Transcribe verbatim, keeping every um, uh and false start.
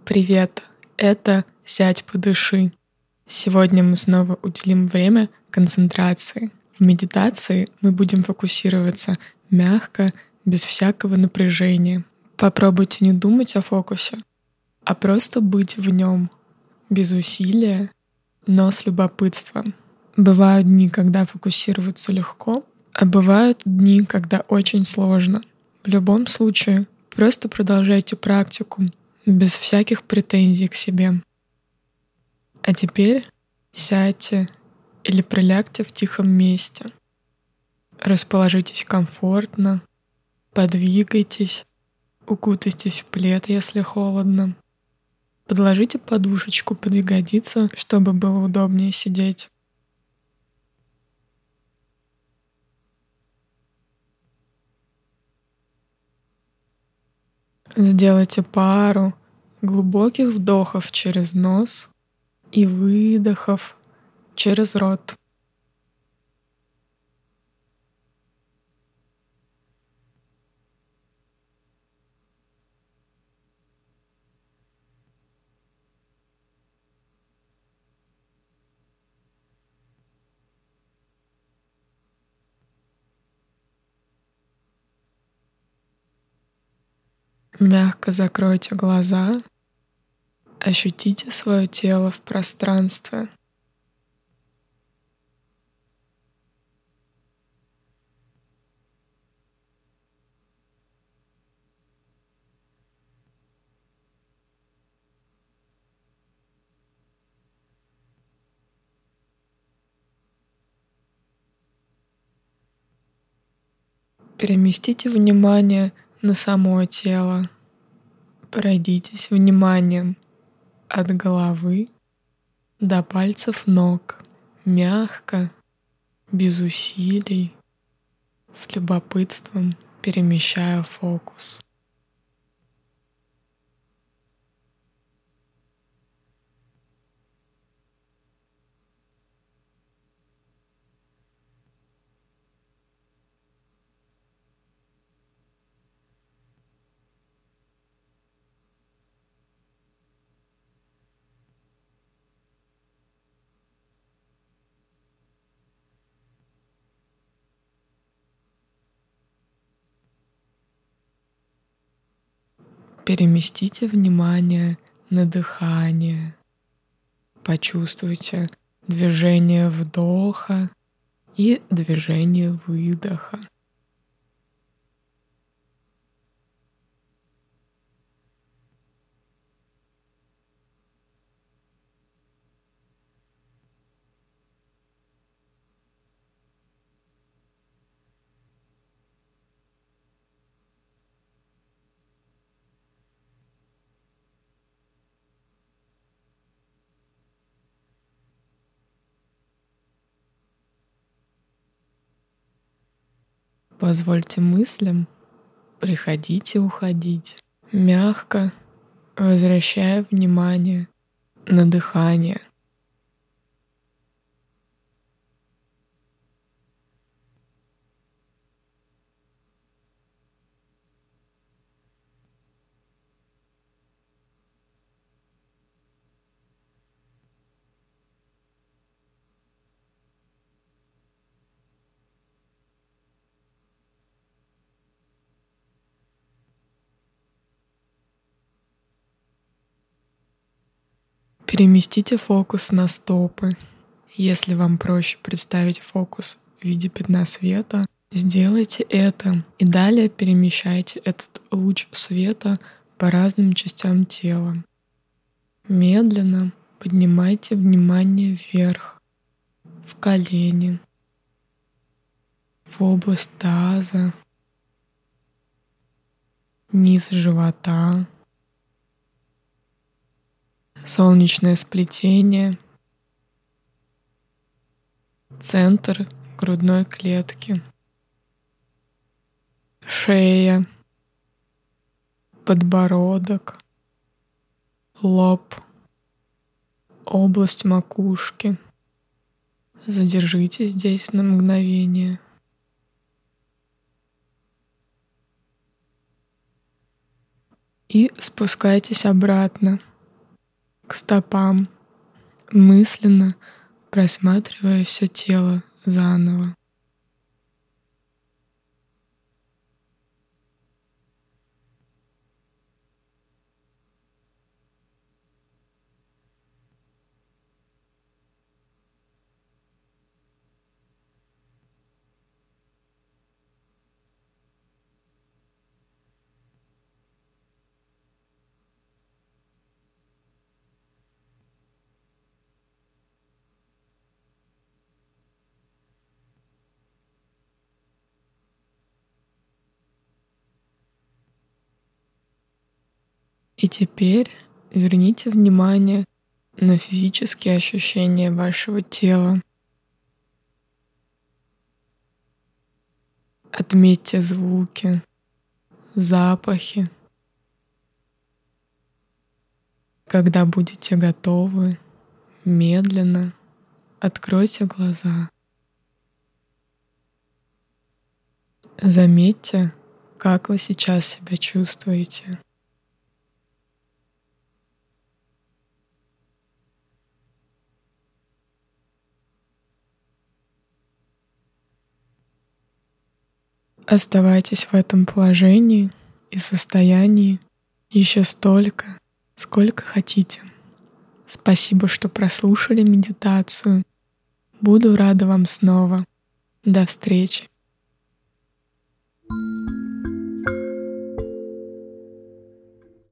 Привет! Это «Сядь, подыши». Сегодня мы снова уделим время концентрации. В медитации мы будем фокусироваться мягко, без всякого напряжения. Попробуйте не думать о фокусе, а просто быть в нем, без усилия, но с любопытством. Бывают дни, когда фокусироваться легко, а бывают дни, когда очень сложно. В любом случае, просто продолжайте практику, без всяких претензий к себе. А теперь сядьте или прилягте в тихом месте. Расположитесь комфортно, подвигайтесь, укутайтесь в плед, если холодно. Подложите подушечку под ягодицу, чтобы было удобнее сидеть. Сделайте пару глубоких вдохов через нос и выдохов через рот. Мягко закройте глаза, ощутите свое тело в пространстве. Переместите внимание на само тело. Пройдитесь вниманием от головы до пальцев ног, мягко, без усилий, с любопытством перемещая фокус. Переместите внимание на дыхание. Почувствуйте движение вдоха и движение выдоха. Позвольте мыслям приходить и уходить, мягко возвращая внимание на дыхание. Переместите фокус на стопы. Если вам проще представить фокус в виде пятна света, сделайте это и далее перемещайте этот луч света по разным частям тела. Медленно поднимайте внимание вверх, в колени, в область таза, низ живота, солнечное сплетение, центр грудной клетки, шея, подбородок, лоб, область макушки. Задержите здесь на мгновение. И спускайтесь обратно к стопам, мысленно просматривая все тело заново. И теперь верните внимание на физические ощущения вашего тела. Отметьте звуки, запахи. Когда будете готовы, медленно откройте глаза. Заметьте, как вы сейчас себя чувствуете. Оставайтесь в этом положении и состоянии еще столько, сколько хотите. Спасибо, что прослушали медитацию. Буду рада вам снова. До встречи.